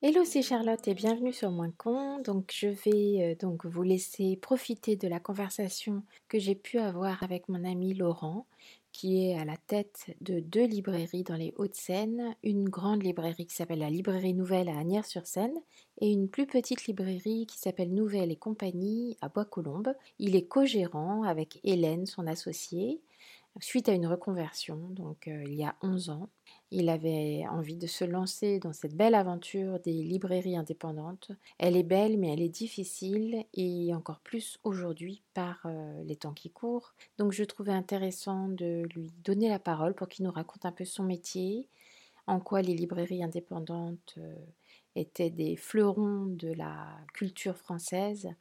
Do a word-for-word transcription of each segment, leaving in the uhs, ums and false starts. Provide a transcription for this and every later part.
Hello, c'est Charlotte et bienvenue sur Moins Con. Donc, je vais euh, donc vous laisser profiter de la conversation que j'ai pu avoir avec mon ami Laurent, qui est à la tête de deux librairies dans les Hauts-de-Seine, une grande librairie qui s'appelle la Librairie Nouvelle à Asnières-sur-Seine et une plus petite librairie qui s'appelle Nouvelle et Compagnie à Bois-Colombes. Il est co-gérant avec Hélène, son associée, suite à une reconversion, donc euh, il y a onze ans. Il avait envie de se lancer dans cette belle aventure des librairies indépendantes. Elle est belle, mais elle est difficile, et encore plus aujourd'hui par euh, les temps qui courent. Donc je trouvais intéressant de lui donner la parole pour qu'il nous raconte un peu son métier, en quoi les librairies indépendantes euh, étaient des fleurons de la culture française,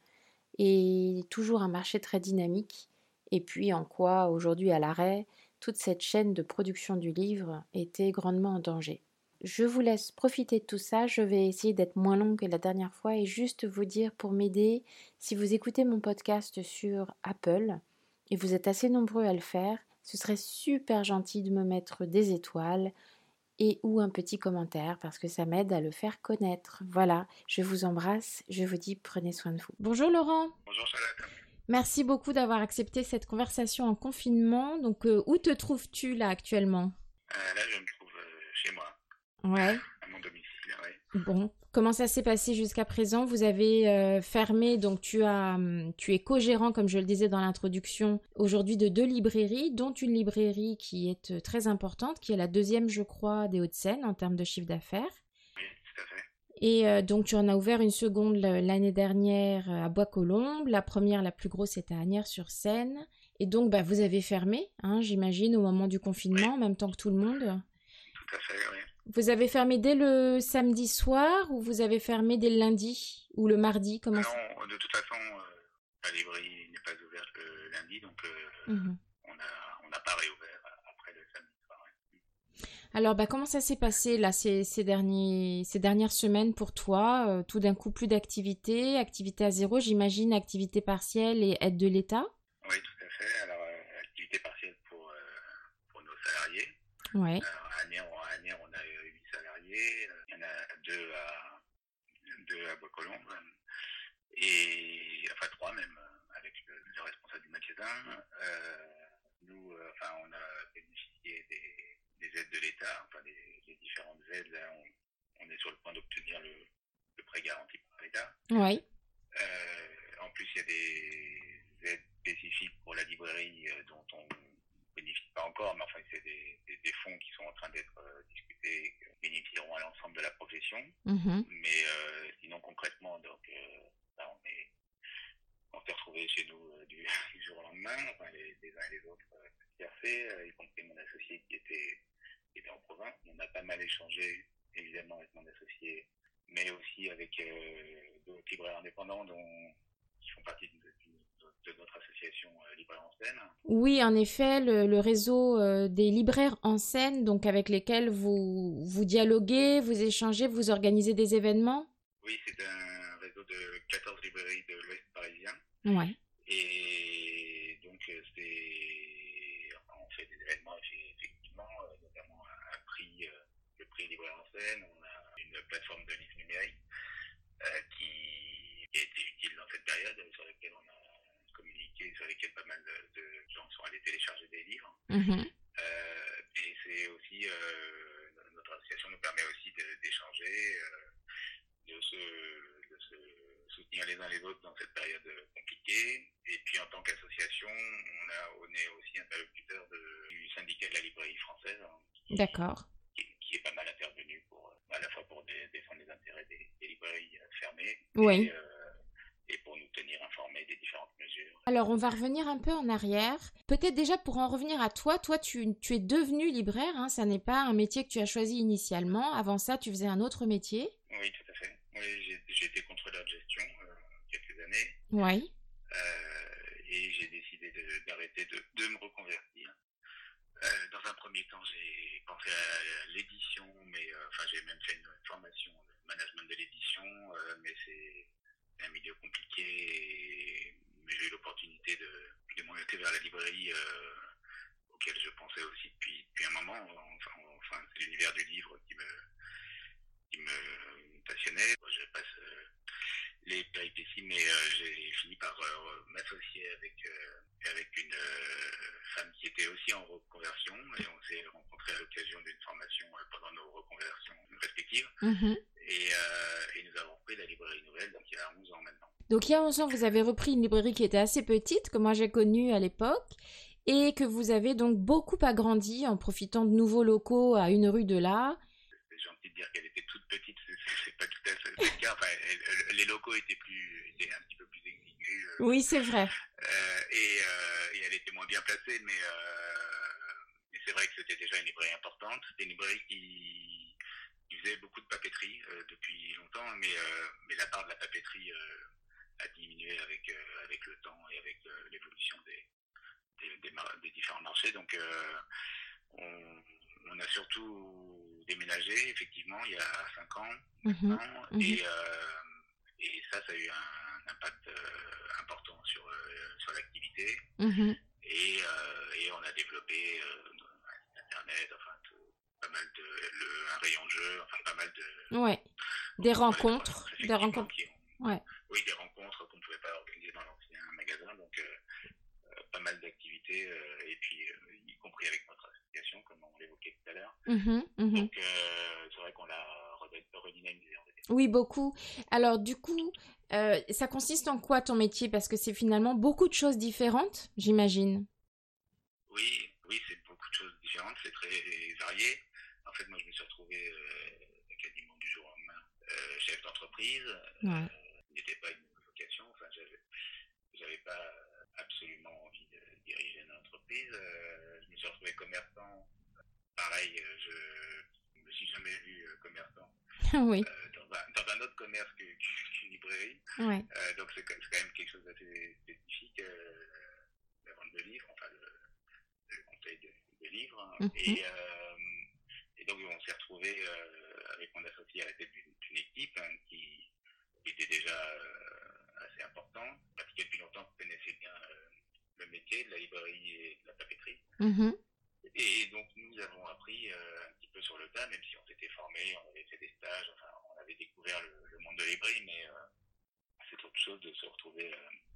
et toujours un marché très dynamique, et puis en quoi, aujourd'hui à l'arrêt, toute cette chaîne de production du livre était grandement en danger. Je vous laisse profiter de tout ça, je vais essayer d'être moins longue que la dernière fois et juste vous dire pour m'aider, si vous écoutez mon podcast sur Apple, et vous êtes assez nombreux à le faire, ce serait super gentil de me mettre des étoiles et ou un petit commentaire parce que ça m'aide à le faire connaître. Voilà, je vous embrasse, je vous dis prenez soin de vous. Bonjour Laurent. Bonjour Charlotte. Merci beaucoup d'avoir accepté cette conversation en confinement. Donc, euh, où te trouves-tu là actuellement? Euh, là, je me trouve euh, chez moi, Ouais. à mon domicile. Ouais. Bon, comment ça s'est passé jusqu'à présent? Vous avez euh, fermé, donc tu as, hum, tu es co-gérant, comme je le disais dans l'introduction, aujourd'hui de deux librairies, dont une librairie qui est euh, très importante, qui est la deuxième, je crois, des Hauts-de-Seine en termes de chiffre d'affaires. Oui, tout à fait. Et euh, donc tu en as ouvert une seconde l- l'année dernière euh, à Bois-Colombes. La première, la plus grosse, était à Asnières-sur-Seine. Et donc bah, vous avez fermé, hein, j'imagine, au moment du Oui, confinement, en même temps que tout le monde. tout à fait, oui. Vous avez fermé dès le samedi soir ou vous avez fermé dès le lundi ou le mardi? Comment ça? Non, de toute façon, euh, la librairie n'est pas ouverte le lundi, donc euh, Mhm. on n'a on n'a pas réouvert après le samedi soir. Ouais. Alors bah, comment ça s'est passé là ces, ces, derniers, ces dernières semaines pour toi? Euh, tout d'un coup, plus d'activité, activité à zéro, j'imagine, activité partielle et aide de l'État? Oui, tout à fait. Alors, euh, activité partielle pour, euh, pour nos salariés. Ouais. Alors, à Asnières, à Asnières, on a huit salariés. Il y en a deux à, deux à Bois-Colombes. Et enfin trois même avec le, le responsable du magasin. Euh, nous, euh, enfin, on a bénéficié des, des aides de l'État, enfin des, des différentes aides. Là, on, on est sur le point d'obtenir le, le prêt garanti par l'État. Ouais. Euh, en plus, il y a des aides spécifiques pour la librairie euh, dont on ne bénéficie pas encore, mais enfin, c'est des, des, des fonds qui sont en train d'être euh, discutés et qui bénéficieront à l'ensemble de la profession. Mhm. Mais euh, sinon, concrètement, donc, euh, là, on est on s'est retrouvés chez nous euh, du, du jour au lendemain, enfin, les, les uns et les autres euh, dispersés, euh, y compris mon associé qui était, qui était en province. On a pas mal échangé, évidemment, avec mon associé, mais aussi avec euh, d'autres libraires indépendants dont, qui font partie de, de, de notre association euh, Libraires en Seine. Oui, en effet, le, le réseau euh, des libraires en scène, donc avec lesquels vous, vous dialoguez, vous échangez, vous organisez des événements? Oui, c'est un réseau de quatorze librairies de l'Ouest parisien. Ouais. Et donc, euh, c'est, enfin, on fait des événements effectivement, euh, notamment un, un prix, euh, le prix Libraire en Scène. On a une plateforme de livres numériques euh, qui, qui a été utile dans cette période, sur laquelle on a communiqué, sur laquelle pas mal de, de gens sont allés télécharger des livres. Mhm. Euh, et c'est aussi, euh, notre association nous permet aussi de, d'échanger, euh, de se, de se soutenir les uns les autres dans cette période compliquée. Et puis en tant qu'association, on, a, on est aussi interlocuteur de, du syndicat de la librairie française, hein, qui, D'accord. qui, qui est pas mal intervenu pour, à la fois pour dé, défendre les intérêts des, des librairies fermées et, Oui. euh, et pour nous tenir informés des différentes mesures. Alors, on va revenir un peu en arrière. Peut-être déjà pour en revenir à toi, toi, tu, tu es devenu libraire, hein, ça n'est pas un métier que tu as choisi initialement. Avant ça, tu faisais un autre métier. Oui, tout à fait. Oui, j'ai, j'ai été contrôleur de gestion euh, quelques années. Oui. Euh, et j'ai décidé de, d'arrêter de, de me reconvertir. Euh, dans un premier temps, j'ai pensé à l'édition, mais euh, enfin j'ai même fait une formation de management de l'édition, euh, mais c'est un milieu compliqué. Et, mais j'ai eu l'opportunité de, de m'orienter vers la librairie, euh, auquel je pensais aussi depuis, depuis un moment. Enfin, enfin c'est l'univers du livre qui me, qui me passionné. Moi, je passe euh, les péripéties, mais euh, j'ai fini par euh, m'associer avec, euh, avec une euh, femme qui était aussi en reconversion et on s'est rencontrés à l'occasion d'une formation euh, pendant nos reconversions respectives. Mhm. Et, euh, et nous avons repris la librairie nouvelle, donc il y a onze ans maintenant. Donc il y a onze ans, vous avez repris une librairie qui était assez petite, que moi j'ai connue à l'époque, et que vous avez donc beaucoup agrandi en profitant de nouveaux locaux à une rue de là. C'est gentil de dire qu'elle était toute petite, c'est, c'est pas tout à fait le cas. Enfin, elle, elle, les locaux étaient, plus, étaient un petit peu plus exigus. Euh, oui, c'est vrai. Euh, et, euh, et elle était moins bien placée, mais, euh, mais c'est vrai que c'était déjà une librairie importante. C'était une librairie qui, qui faisait beaucoup de papeterie euh, depuis longtemps, mais, euh, mais la part de la papeterie euh, a diminué avec, euh, avec le temps et avec euh, l'évolution des, des, des, mar- des différents marchés. Donc euh, on, on a surtout déménagé, effectivement, il y a cinq ans maintenant, Mhm. et, euh, et ça, ça a eu un impact euh, important sur, euh, sur l'activité. Mhm. Et, euh, et on a développé euh, un site internet, enfin, tout, pas mal de, le, un rayon de jeu, enfin, pas mal de... Ouais. Des On voit les rencontres. croissances, Des effectivement, rencontres. qui ont, Ouais. oui, des rencontres qu'on ne pouvait pas organiser dans l'ancien magasin, donc euh, euh, pas mal d'activités, euh, et puis euh, y compris avec notre association, comme on l'évoquait tout à l'heure. Mhm. Mhm. Donc euh, c'est vrai qu'on l'a redynamisé, on va dire. Oui, beaucoup. Alors du coup, euh, ça consiste en quoi ton métier? Parce que c'est finalement beaucoup de choses différentes, j'imagine. Oui, oui, c'est beaucoup de choses différentes, c'est très varié. En fait, moi, je me suis retrouvé euh, quasiment du jour au lendemain euh, chef d'entreprise. Ouais. Euh, ce n'était pas une vocation. Enfin, j'avais, j'avais pas absolument envie de diriger une entreprise. Euh, je me suis retrouvé commerçant. Pareil, euh, je me suis jamais vu euh, commerçant oui. euh, dans, un, dans un autre commerce que, qu'une librairie. Ouais. Euh, donc c'est, c'est quand même quelque chose d'assez spécifique. Euh, la vente de livres, enfin le, le conseil de, de livres. Hein. Mhm. Et, euh, et donc on s'est retrouvé euh, avec mon associé à la tête d'une, d'une équipe hein, qui, qui était déjà euh, assez importante, pratiquait depuis longtemps, qui connaissait bien euh, le métier de la librairie et de la papeterie. Mhm. Et donc nous avons appris euh, un petit peu sur le tas, même si on s'était formé, on avait fait des stages, enfin on avait découvert le, le monde de la librairie, mais euh, c'est autre chose de se retrouver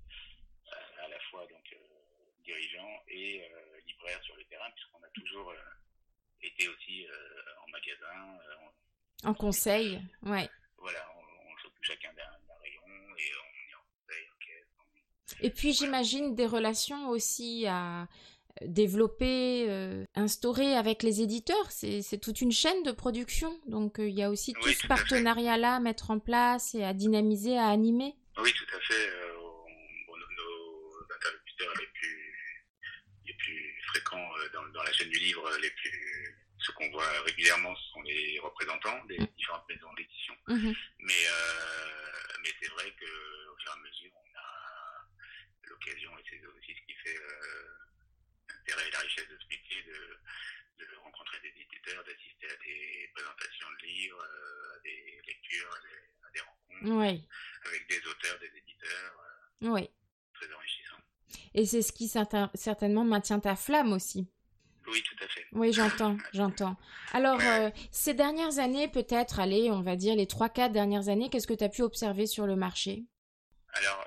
euh, à, à la fois donc euh, dirigeant et euh, libraire sur le terrain, puisqu'on a toujours euh, été aussi euh, en magasin. Euh, on, En conseil, ouais. Voilà, on, on s'occupe chacun d'un, d'un rayon et on est en conseil, en caisse. On, Et puis voilà. j'imagine des relations aussi à développer, euh, instaurer avec les éditeurs. C'est, c'est toute une chaîne de production. Donc il euh, y a aussi tout Oui, ce tout partenariat-là à mettre en place et à dynamiser, à animer. Oui, tout à fait. Euh, on, bon, nos, nos interlocuteurs les plus, les plus fréquents euh, dans, dans la chaîne du livre, les plus, ceux qu'on voit régulièrement, ce sont les représentants des mmh. différentes maisons d'édition. Mmh. Mais, euh, mais c'est vrai qu'au fur et à mesure, on a l'occasion, et c'est aussi ce qui fait euh, l'intérêt et la richesse de ce métier, de, de rencontrer des éditeurs, d'assister à des présentations de livres, euh, à des lectures, à des, à des rencontres. Oui. Avec des auteurs, des éditeurs. Euh, oui. Très enrichissant. Et c'est ce qui certain, certainement maintient ta flamme aussi. Oui, tout à fait. Oui, j'entends, j'entends. Alors, ouais. euh, ces dernières années, peut-être, allez, on va dire les trois quatre dernières années, qu'est-ce que tu as pu observer sur le marché? Alors,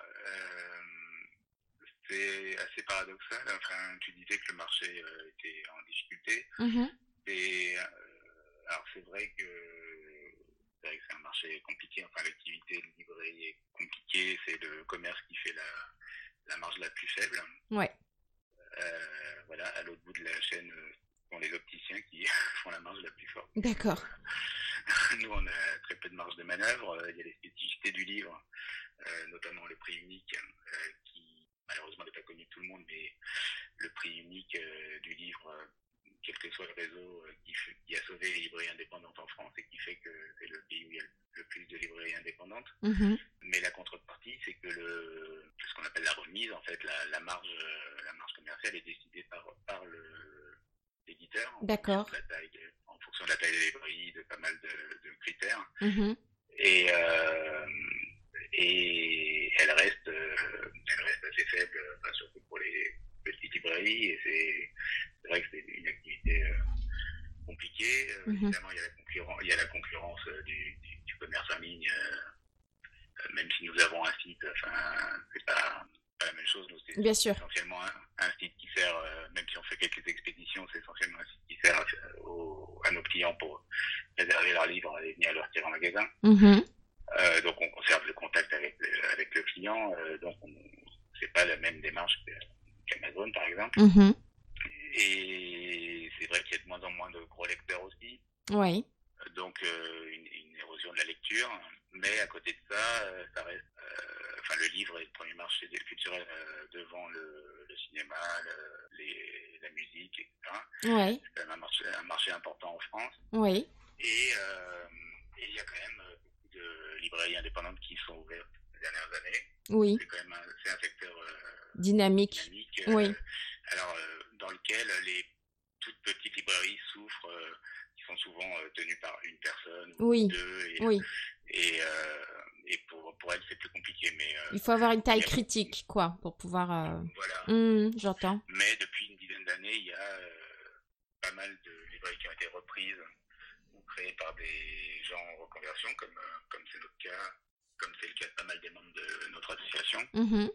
euh, c'est assez paradoxal. Enfin, tu disais que le marché euh, était en difficulté. Mm-hmm. Et, euh, alors, c'est vrai que c'est vrai que c'est un marché compliqué. Enfin, l'activité de librairie est compliquée. C'est le commerce qui fait la, la marge la plus faible. Ouais. Euh, voilà, à l'autre bout de la chaîne, ce sont les opticiens qui font la marge la plus forte. D'accord. Nous, on a très peu de marge de manœuvre. Il y a les spécificités du livre, euh, notamment le prix unique, euh, qui malheureusement n'est pas connu de tout le monde, mais le prix unique euh, du livre, euh, quel que soit le réseau euh, qui, qui a sauvé les librairies indépendantes en France et qui fait que c'est le pays où il y a le plus de librairies indépendantes. Mm-hmm. Mais la contrepartie, c'est que le, ce qu'on appelle la remise, en fait, la, la marge, la marge commerciale est décidée par, par le, l'éditeur. D'accord. La taille, en fonction de la taille des librairies, de pas mal de, de critères. Mm-hmm. Et, euh, et elle reste, elle reste assez faible, enfin, surtout pour les petites librairies. Et c'est, c'est vrai que c'est une activité euh, compliquée. Mm-hmm. Évidemment, il y a la concurrence, il y a la concurrence du, du, du commerce en ligne Bien sûr. essentiellement un, un site qui sert, euh, même si on fait quelques expéditions, c'est essentiellement un site qui sert à, aux, à nos clients pour réserver leurs livres et venir le retirer en magasin. Mm-hmm. Euh, donc on conserve le contact avec le, avec le client, euh, donc on, c'est pas la même démarche qu'Amazon par exemple. Mm-hmm. Et c'est vrai qu'il y a de moins en moins de gros lecteurs aussi. Oui. Donc euh, une, une érosion de la lecture, mais à côté de ça, euh, ça reste, euh, enfin le livre est le premier marché culturel euh, devant le, le cinéma, le, les, la musique, et cetera. Oui. C'est quand même un marché, un marché important en France. Oui. Et euh, il y a quand même beaucoup de librairies indépendantes qui sont ouvertes ces dernières années. Oui. C'est quand même un, c'est un secteur euh, dynamique. dynamique euh, oui. Alors euh, dans lequel les toutes petites librairies souffrent. Euh, sont souvent euh, tenus par une personne ou oui. deux et, oui. et, euh, et pour, pour elles c'est plus compliqué, mais euh, il faut avoir une taille critique a... quoi pour pouvoir euh... voilà. mmh, j'entends. Mais depuis une dizaine d'années il y a euh, pas mal de librairies qui ont été reprises ou créées par des gens en reconversion comme, euh, comme c'est notre cas, comme c'est le cas de pas mal des membres de notre association. Mmh.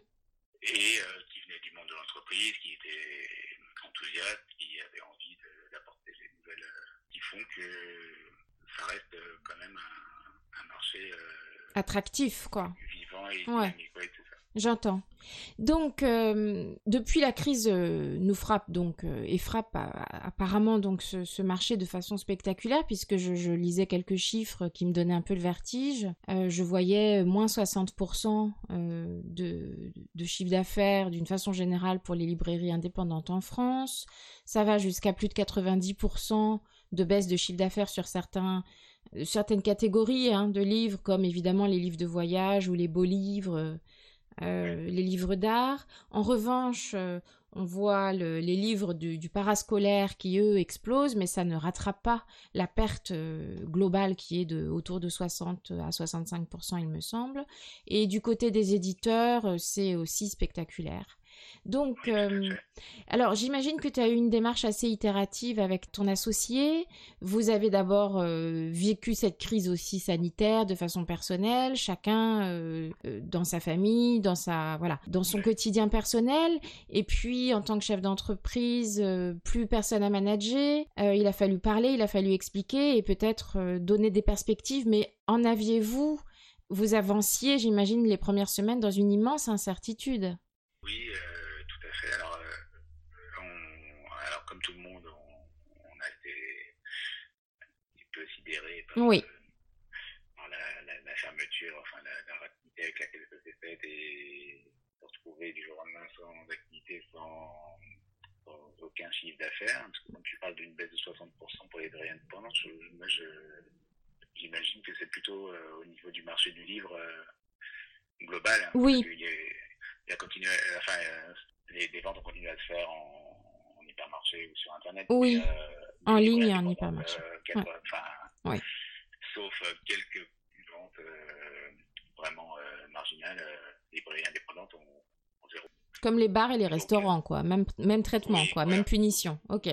Et euh, qui venaient du monde de l'entreprise, qui étaient enthousiastes, qui avaient envie de, d'apporter des nouvelles euh, qui font que ça reste euh, quand même un, un marché euh, attractif, quoi. Vivant et ouais. dynamique, ouais, c'est ça. J'entends. Donc, euh, depuis la crise euh, nous frappe donc euh, et frappe euh, apparemment donc ce, ce marché de façon spectaculaire, puisque je, je lisais quelques chiffres qui me donnaient un peu le vertige. Euh, je voyais moins soixante pour cent euh, de, de chiffre d'affaires d'une façon générale pour les librairies indépendantes en France. Ça va jusqu'à plus de quatre-vingt-dix pour cent de baisse de chiffre d'affaires sur certains certaines catégories hein, de livres, comme évidemment les livres de voyage ou les beaux livres. Euh, les livres d'art. En revanche, euh, on voit le, les livres du, du parascolaire qui, eux, explosent, mais ça ne rattrape pas la perte euh, globale qui est de, autour de soixante à soixante-cinq pour cent, il me semble. Et du côté des éditeurs, euh, c'est aussi spectaculaire. Donc, euh, alors j'imagine que tu as eu une démarche assez itérative avec ton associé. Vous avez d'abord euh, vécu cette crise aussi sanitaire de façon personnelle, chacun euh, euh, dans sa famille, dans sa voilà, dans son quotidien personnel. Et puis en tant que chef d'entreprise, euh, plus personne à manager. Euh, il a fallu parler, il a fallu expliquer et peut-être euh, donner des perspectives. Mais en aviez-vous Vous avanciez, j'imagine, les premières semaines dans une immense incertitude. Oui, euh, tout à fait. Alors, euh, on, alors, comme tout le monde, on, on a été un petit peu sidéré par, oui. euh, par la, la, la fermeture, enfin la, la rapidité avec laquelle ça s'est fait et se retrouver du jour au lendemain sans activité, sans, sans aucun chiffre d'affaires. Parce que quand tu parles d'une baisse de soixante pour cent pour les librairies indépendantes, je, moi je, j'imagine que c'est plutôt euh, au niveau du marché du livre euh, global. Hein, oui. Parce qu'il y a, il a continué, enfin, euh, les, les ventes ont continué à se faire en, en hypermarché ou sur Internet. Oui, mais, euh, en ligne et en hypermarché. Euh, quatre, ouais. Enfin, ouais. Sauf euh, quelques ventes euh, vraiment euh, marginales, euh, les librairies indépendantes ont, ont zéro. Comme les bars et les restaurants, Donc, quoi. Même, même traitement, oui, quoi. Voilà. Même punition. Ok.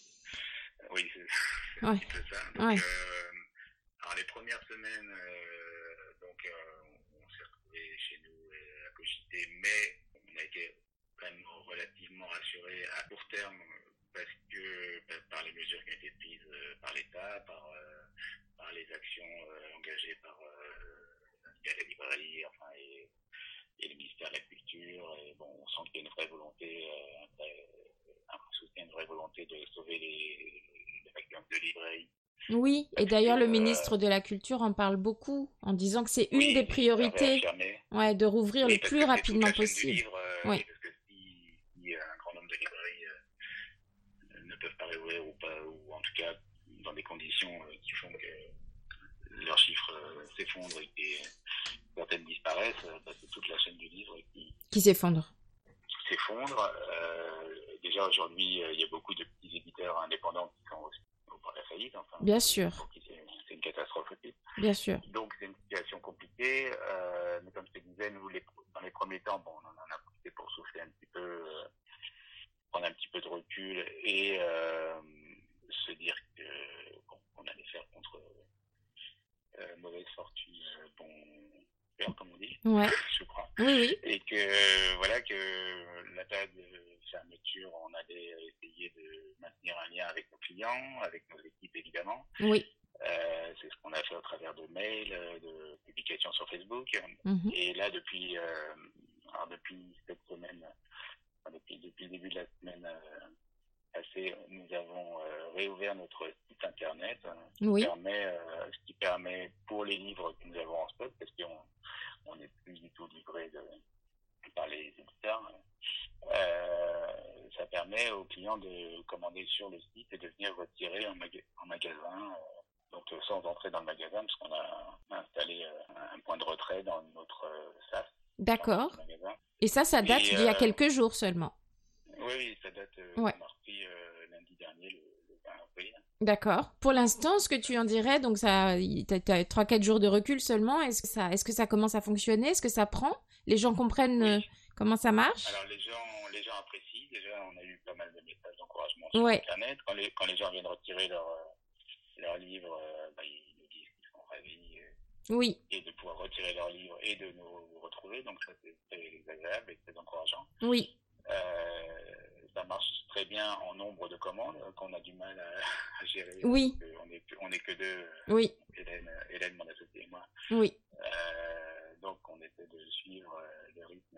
Oui, c'est, c'est ouais. un petit peu ça. Donc, ouais. euh, alors, les premières semaines, euh, donc, euh, on s'est retrouvés chez nous à cogiter, mais on a été quand même relativement rassurés à court terme parce que par les mesures qui ont été prises par l'État, par, euh, par les actions euh, engagées par euh, la librairie, enfin, et, et le ministère de la Culture. Et bon, on sent qu'il y a une vraie volonté, euh, un, vrai, un vrai soutien, une vraie volonté de sauver les, les maximum de librairies. Oui, et d'ailleurs le ministre de la Culture en parle beaucoup, en disant que c'est oui, une des priorités ouais, de rouvrir oui, le plus rapidement possible. Livre, euh, oui. Parce que si, si un grand nombre de librairies euh, ne peuvent pas réouvrir ou, pas, ou en tout cas dans des conditions euh, qui font que leurs chiffres euh, s'effondrent et que certaines disparaissent, euh, bah, c'est toute la chaîne du livre qui, qui s'effondre. Qui s'effondre. Euh, déjà aujourd'hui, il y a beaucoup de petits éditeurs indépendants qui sont aussi au bord de la faillite. Enfin, Bien sûr. C'est, c'est une catastrophe aussi. Bien sûr. Donc c'est une situation compliquée. Euh, mais comme je te disais, nous, les, dans les premiers temps, bon, on en a profité pour souffler un petit peu, euh, prendre un petit peu de recul et euh, se dire que bon, on allait faire contre euh, mauvaise fortune, euh, bon cœur, comme on dit, ouais. je crois. Oui, oui. Et que, voilà, que la période de fermeture, on allait essayer de maintenir un lien avec nos clients, avec nos équipes évidemment. Oui. Euh, c'est ce qu'on a fait au travers de mails, de publications sur Facebook. Mmh. Et là, depuis, euh, alors depuis cette semaine, enfin, depuis, depuis le début de la semaine euh, passée, nous avons euh, réouvert notre site internet, ce qui, Oui. permet, euh, ce qui permet pour les livres que nous avons en stock, parce qu'on on n'est plus du tout livré de, par les éditeurs, euh, ça permet aux clients de commander sur le site et de venir retirer en, maga- en magasin. Euh, donc euh, sans entrer dans le magasin, parce qu'on a installé euh, un point de retrait dans notre euh, S A S. D'accord. Magasin. Et ça, ça date et, d'il y a euh, quelques jours seulement. Oui, oui, ça date. Euh, Ouais. On a repris euh, lundi dernier, le, le vingt avril. D'accord. Pour l'instant, ce que tu en dirais, donc ça, tu as trois quatre jours de recul seulement. Est-ce que ça, est-ce que ça commence à fonctionner? Est-ce que ça prend? Les gens comprennent Oui. euh, comment ça marche? Alors les gens, les gens apprécient. Déjà, on a eu pas mal de messages d'encouragement sur Ouais. Internet. Quand les, quand les gens viennent retirer leur, euh, leur livre, euh, bah, ils nous disent qu'ils sont ravis. Euh, Oui. Et de pouvoir retirer leur livre et de nous retrouver. Donc ça, c'est très agréable et très encourageant. Oui. Euh, ça marche très bien en nombre de commandes euh, qu'on a du mal à, à gérer. Oui. Euh, on est on est que deux. Euh, Oui. Hélène, Hélène, mon associé et moi. Oui. Euh, donc on essaie de suivre euh, le rythme.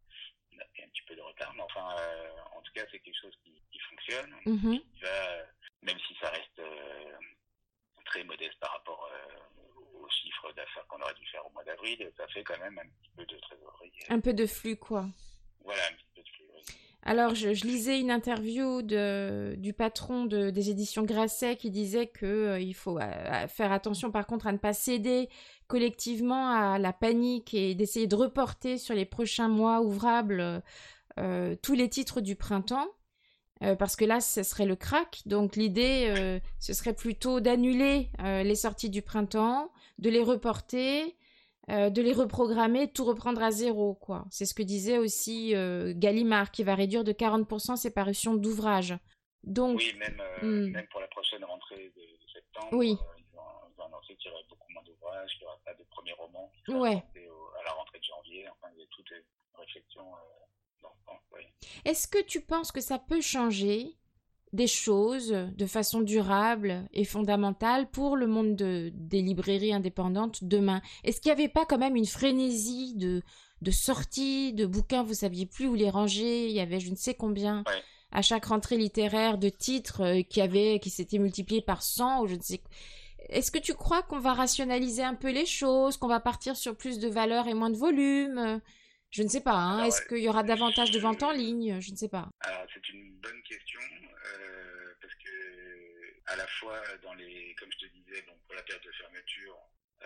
On a pris un petit peu de retard, mais enfin, euh, en tout cas, c'est quelque chose qui, qui fonctionne. Mmh. Qui va, même si ça reste euh, très modeste par rapport euh, aux chiffres d'affaires qu'on aurait dû faire au mois d'avril, ça fait quand même un petit peu de trésorerie. Un peu de flux, quoi. Voilà, un petit peu de flux, oui. Alors, je, je lisais une interview de, du patron de, des éditions Grasset qui disait que euh, il faut euh, faire attention, par contre, à ne pas céder collectivement à la panique et d'essayer de reporter sur les prochains mois ouvrables euh, tous les titres du printemps. Euh, parce que là, ce serait le crack. Donc l'idée, euh, ce serait plutôt d'annuler euh, les sorties du printemps, de les reporter, euh, de les reprogrammer, de tout reprendre à zéro, quoi. C'est ce que disait aussi euh, Gallimard, qui va réduire de quarante pour cent ses parutions d'ouvrages. Donc, oui, même, euh, hmm, même pour la prochaine rentrée de, de septembre, oui, euh, ils, ont, ils ont annoncé qu'il y aurait beaucoup moins d'ouvrages, qu'il n'y aura pas de premier roman qui sera ouais. annoncé au, à la rentrée de janvier. Enfin, il y a toute une réflexion euh, dans ce sens, oui. Est-ce que tu penses que ça peut changer des choses de façon durable et fondamentale pour le monde de, des librairies indépendantes demain? Est-ce qu'il n'y avait pas quand même une frénésie de, de sorties, de bouquins, vous saviez plus où les ranger, il y avait je ne sais combien Ouais. à chaque rentrée littéraire de titres euh, qui, avaient, qui s'étaient multipliés par cent ou je ne sais. Est-ce que tu crois qu'on va rationaliser un peu les choses, qu'on va partir sur plus de valeur et moins de volume? Je ne sais pas, hein. Alors, Est-ce qu'il y aura davantage de ventes en je... ligne? Je ne sais pas. Alors, c'est une bonne question, euh, parce que à la fois dans les, comme je te disais, donc pour la période de fermeture,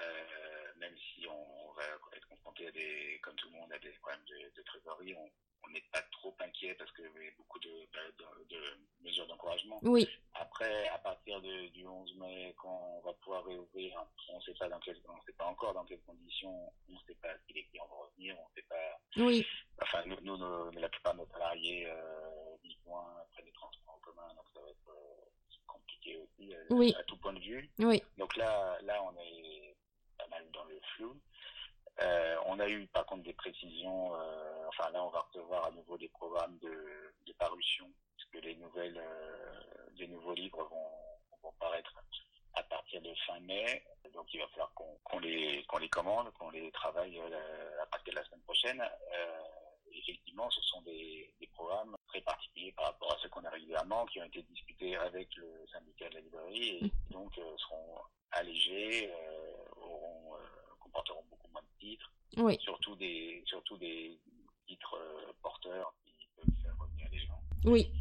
euh, même si on va être confronté à des, comme tout le monde, à des problèmes de, de trésorerie, on on n'est pas trop inquiet parce qu'il y avait beaucoup de, de, de mesures d'encouragement. Oui. Après, à partir de, du onze mai, quand on va pouvoir réouvrir, on ne sait pas dans quelles, on sait pas encore dans quelles conditions, on ne sait pas si les clients vont revenir, on ne sait pas. Oui. Enfin, nous, nous nos, la plupart de nos salariés euh, vivent loin après les transports en commun, donc ça va être euh, compliqué aussi euh, Oui. à tout point de vue. Oui. Donc là, là, on est pas mal dans le flou. Euh, on a eu par contre des précisions, euh, enfin là on va recevoir à nouveau des programmes de, de parution, puisque les nouvelles, euh, les nouveaux livres vont, vont paraître à partir de fin mai, donc il va falloir qu'on qu'on les, qu'on les commande, qu'on les travaille euh, à partir de la semaine prochaine. Euh, effectivement, ce sont des, des programmes très particuliers par rapport à ceux qu'on a régulièrement, qui ont été discutés avec le syndicat de la librairie et qui donc euh, seront allégés, euh, auront, euh, comporteront beaucoup moins de titres, Oui. surtout des, surtout des titres euh, porteurs qui peuvent faire revenir les gens. Oui.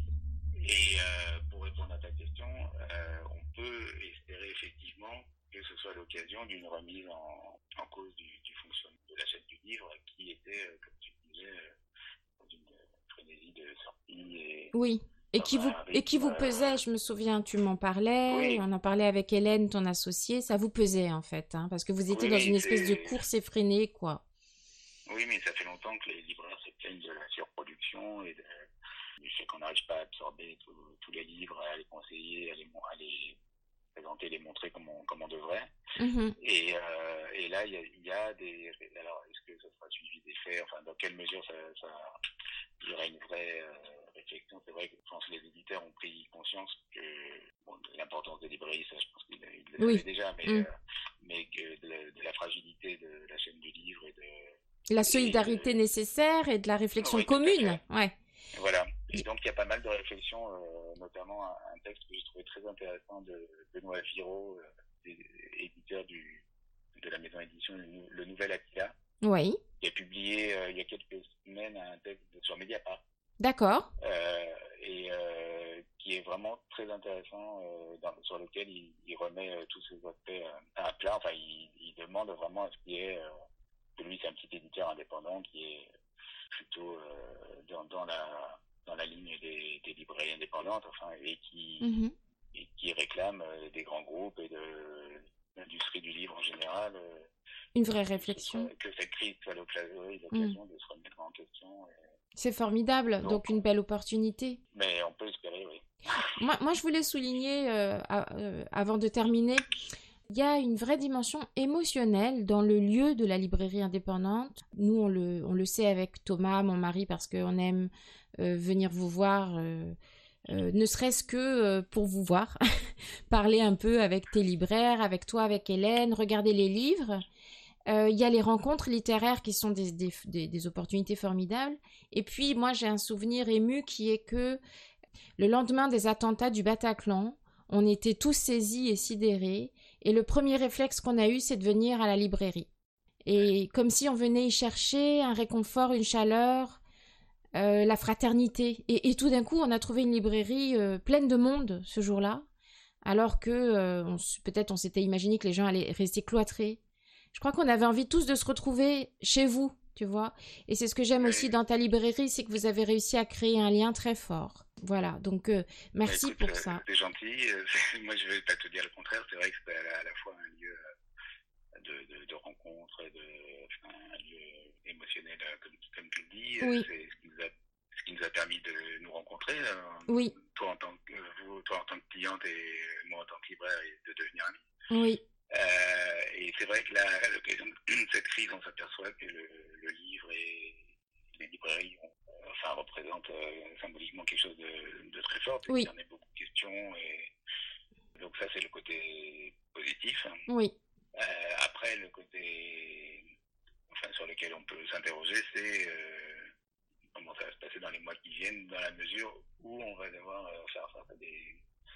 Et euh, pour répondre à ta question, euh, on peut espérer effectivement que ce soit l'occasion d'une remise en, en cause du, du fonctionnement de la chaîne du livre qui était, euh, comme tu disais, euh, dans une frénésie de sortie. Et oui. Et qui, vous, et qui vous pesait, je me souviens, tu m'en parlais, oui. On en parlait avec Hélène, ton associée, ça vous pesait en fait, hein, parce que vous étiez oui, dans une espèce de course effrénée, quoi. Oui, mais ça fait longtemps que les libraires se plaignent de la surproduction et de, du fait qu'on n'arrive pas à absorber tous les livres, à les conseiller, à les, à les présenter, les montrer comme on, comme on devrait. Mm-hmm. Et, euh, et là, il y a, y a des... Alors, est-ce que ça sera suivi d'effets? fait, enfin, dans quelle mesure ça, ça il y aurait une vraie euh, réflexion. C'est vrai que je pense que les éditeurs ont pris conscience que bon, de l'importance des librairies, ça, je pense qu'ils ils le Oui. savaient déjà, mais, Mm. euh, mais que de la, de la fragilité de la chaîne du livre et La de. solidarité Et de... nécessaire et de la réflexion Oui, tout à commune. fait. Ouais. Voilà. Et donc, il y a pas mal de réflexions, euh, notamment un, un texte que j'ai trouvé très intéressant de Benoît Viraud, euh, éditeur du, de la maison édition Le, le Nouvel Aquila, Oui. qui a publié euh, il y a quelques semaines un texte sur Mediapart. D'accord. Euh, et euh, qui est vraiment très intéressant, euh, dans, sur lequel il, il remet euh, tous ces aspects euh, à plat. Enfin, il, il demande vraiment à ce qu'il y ait, euh, que lui c'est un petit éditeur indépendant qui est plutôt euh, dans, dans la dans la ligne des, des librairies indépendantes, enfin, et qui Mm-hmm. et qui réclame euh, des grands groupes et de l'industrie du livre en général. Euh, Une vraie que, ce réflexion. soit, que cette crise soit Mm. l'occasion de se remettre en question. Et... C'est formidable, donc, donc une belle opportunité. Mais on peut espérer, oui. Moi, moi, je voulais souligner, euh, à- euh, avant de terminer, il y a une vraie dimension émotionnelle dans le lieu de la librairie indépendante. Nous, on le, on le sait avec Thomas, mon mari, parce qu'on aime euh, venir vous voir, euh, euh, ne serait-ce que euh, pour vous voir, parler un peu avec tes libraires, avec toi, avec Hélène, regarder les livres. Euh, Il y a les rencontres littéraires qui sont des, des, des, des opportunités formidables. Et puis, moi, j'ai un souvenir ému qui est que le lendemain des attentats du Bataclan, on était tous saisis et sidérés. Et le premier réflexe qu'on a eu, c'est de venir à la librairie. Et comme si on venait y chercher un réconfort, une chaleur, euh, la fraternité. Et, et tout d'un coup, on a trouvé une librairie euh, pleine de monde ce jour-là, alors que euh, on, peut-être on s'était imaginé que les gens allaient rester cloîtrés. Je crois qu'on avait envie tous de se retrouver chez vous, tu vois. Et c'est ce que j'aime Mais, aussi dans ta librairie, c'est que vous avez réussi à créer un lien très fort. Voilà, donc euh, merci bah, écoute, pour euh, ça. C'est gentil. Euh, moi, je vais pas te dire le contraire. C'est vrai que c'est à, à la fois un lieu de, de, de rencontre, et de, enfin, un lieu émotionnel, comme, comme tu le dis. Oui. C'est ce qui, nous a, ce qui nous a permis de nous rencontrer. Euh, Oui. Toi en tant que vous, toi en tant que cliente et moi en tant que libraire, et de devenir ami. Oui. Euh, et c'est vrai que là, à l'occasion de cette crise, on s'aperçoit que le, le livre et les librairies ont, euh, enfin, représentent euh, symboliquement quelque chose de, de très fort, oui. Il y en a beaucoup de questions. Et donc ça, c'est le côté positif. Oui. Euh, après, le côté enfin, sur lequel on peut s'interroger, c'est euh, comment ça va se passer dans les mois qui viennent, dans la mesure où on va devoir euh, faire face à des,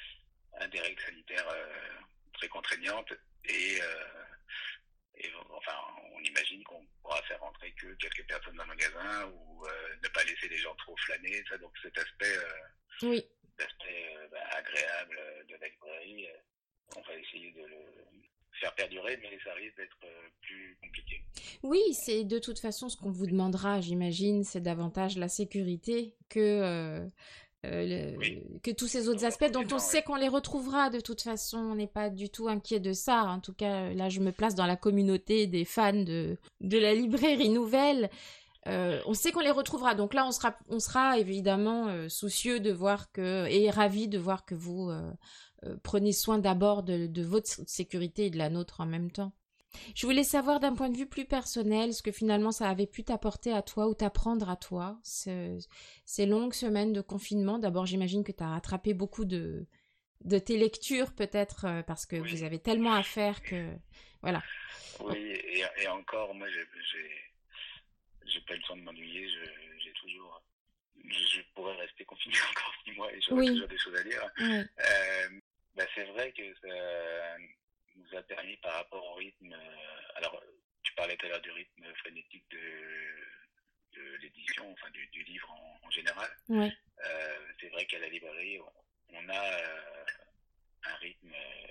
à des règles sanitaires euh, très contraignantes. Et, euh, et enfin, on imagine qu'on pourra faire rentrer que quelques personnes dans le magasin ou euh, ne pas laisser les gens trop flâner. Ça, donc cet aspect, euh, oui. aspect euh, bah, agréable de la librairie, euh, on va essayer de le faire perdurer, mais ça risque d'être euh, plus compliqué. Oui, c'est de toute façon ce qu'on vous demandera, j'imagine, c'est davantage la sécurité que... Euh... Euh, le, oui. que tous ces autres aspects dont on sait oui. qu'on les retrouvera de toute façon, on n'est pas du tout inquiet de ça. En tout cas, là, je me place dans la communauté des fans de, de la librairie nouvelle. Euh, on sait qu'on les retrouvera, donc là, on sera, on sera évidemment euh, soucieux de voir que, et ravis de voir que vous euh, euh, prenez soin d'abord de, de votre sécurité et de la nôtre en même temps. Je voulais savoir d'un point de vue plus personnel ce que finalement ça avait pu t'apporter à toi ou t'apprendre à toi, ce, ces longues semaines de confinement. D'abord, j'imagine que tu as rattrapé beaucoup de, de tes lectures peut-être euh, parce que oui. vous avez tellement à faire que... Voilà. Oui, et, et encore, moi, j'ai, j'ai, j'ai pas eu le temps de m'ennuyer. Je, j'ai toujours... Je pourrais rester confiné encore six mois et j'aurais oui. toujours des choses à lire. Oui. Euh, bah, c'est vrai que ça nous a permis par rapport au rythme, euh, alors tu parlais tout à l'heure du rythme frénétique de, de l'édition, enfin du, du livre en, en général. Oui. Euh, c'est vrai qu'à la librairie, on, on a euh, un rythme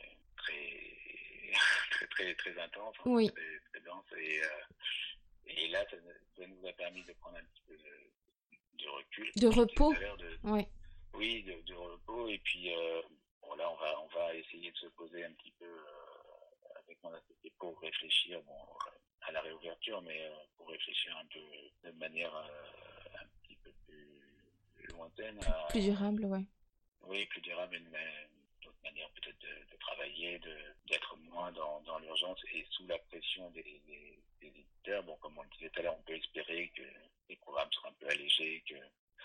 très, très, très, très intense, oui. très, très dense, et, euh, et là, ça, ça nous a permis de prendre un petit peu de, de recul. De repos. De, oui. Oui, de, de repos, et puis euh, bon, là, on va, on va essayer de se poser un petit peu euh, avec mon associé pour réfléchir bon, à la réouverture, mais euh, pour réfléchir un peu de manière euh, un petit peu plus lointaine. À, plus durable, oui. Oui, plus durable, mais d'autres manières peut-être de, de travailler, de, d'être moins dans, dans l'urgence et sous la pression des, des, des éditeurs. Bon, comme on le disait tout à l'heure, on peut espérer que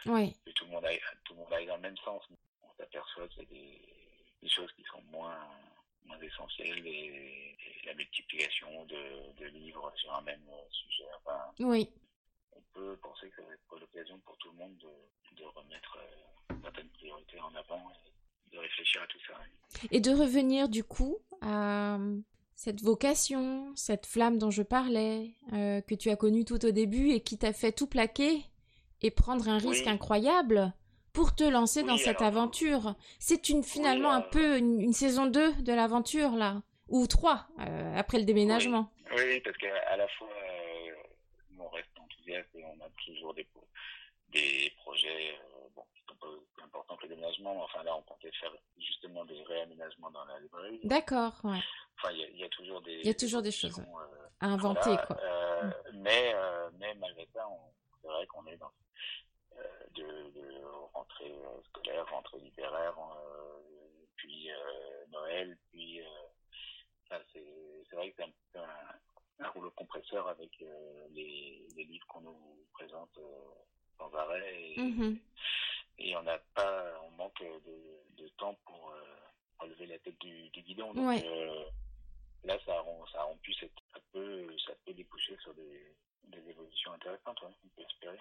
Oui. que tout le monde aille, tout le monde aille dans le même sens. On s'aperçoit qu'il y a des, des choses qui sont moins, moins essentielles et, et la multiplication de, de livres sur un même sujet. Enfin, Oui. on peut penser que ça va être l'occasion pour tout le monde de, de remettre euh, certaines priorités en avant et de réfléchir à tout ça. Et de revenir du coup à cette vocation, cette flamme dont je parlais, euh, que tu as connue tout au début et qui t'a fait tout plaquer et prendre un risque Oui. incroyable pour te lancer Oui, dans cette alors, aventure. C'est une, finalement oui, un euh, peu une, une saison deux de l'aventure là, ou trois euh, après le déménagement. Oui, oui, parce qu'à la fois, euh, on reste enthousiaste et on a toujours des, des projets euh, bon, qui sont pas plus importants que le déménagement. Mais enfin, là, on comptait faire justement des réaménagements dans la librairie. D'accord, ouais. Enfin, il y, y a toujours des, Il y a toujours des choses euh, à inventer, voilà, quoi. euh, mais, euh, mais malgré ça, on, c'est vrai qu'on est dans euh, de, de rentrée euh, scolaire, rentrée littéraire, euh, puis euh, Noël, puis euh, ça, c'est, c'est vrai que c'est un peu un, un rouleau compresseur avec euh, les, les livres qu'on nous présente euh, sans arrêt et, Mm-hmm. et on n'a pas, on manque de, de temps pour euh, relever la tête du, du guidon. Donc Ouais. euh, là, ça a, ça a rompu, cette, ça peut, ça peut déboucher sur des, des évolutions intéressantes, ouais, on peut espérer.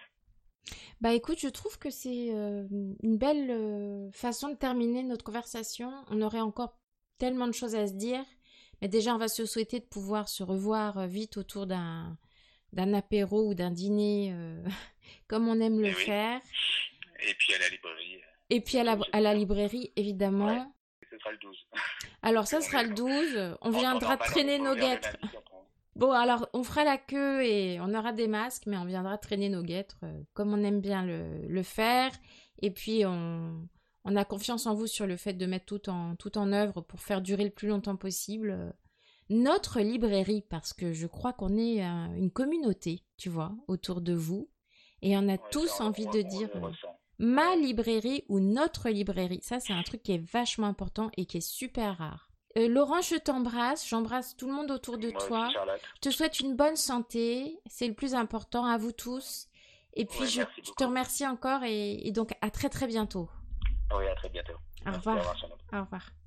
Bah écoute, je trouve que c'est euh, une belle euh, façon de terminer notre conversation. On aurait encore tellement de choses à se dire. Mais déjà, on va se souhaiter de pouvoir se revoir euh, vite autour d'un, d'un apéro ou d'un dîner euh, comme on aime le Et oui. faire. Et puis à la librairie. Et puis à la, à la librairie, évidemment. Ouais, ce sera le douze. Alors ça sera le douze. On viendra normal, traîner on nos guêtres. Bon, alors, on fera la queue et on aura des masques, mais on viendra traîner nos guêtres euh, comme on aime bien le, le faire. Et puis, on, on a confiance en vous sur le fait de mettre tout en, tout en œuvre pour faire durer le plus longtemps possible euh, notre librairie, parce que je crois qu'on est euh, une communauté, tu vois, autour de vous. Et on a Ouais, tous ça, on, envie on, de on dire le euh, ressent. ma Ouais. librairie ou notre librairie. Ça, c'est un truc qui est vachement important et qui est super rare. Euh, Laurent, je t'embrasse, j'embrasse tout le monde autour de Moi toi. aussi, Charlotte. Je te souhaite une bonne santé, c'est le plus important, à vous tous. Et puis, Ouais, je, je te remercie encore et, et donc à très très bientôt. Oui, à très bientôt. Au Merci revoir. d'avoir Charlotte. Au revoir.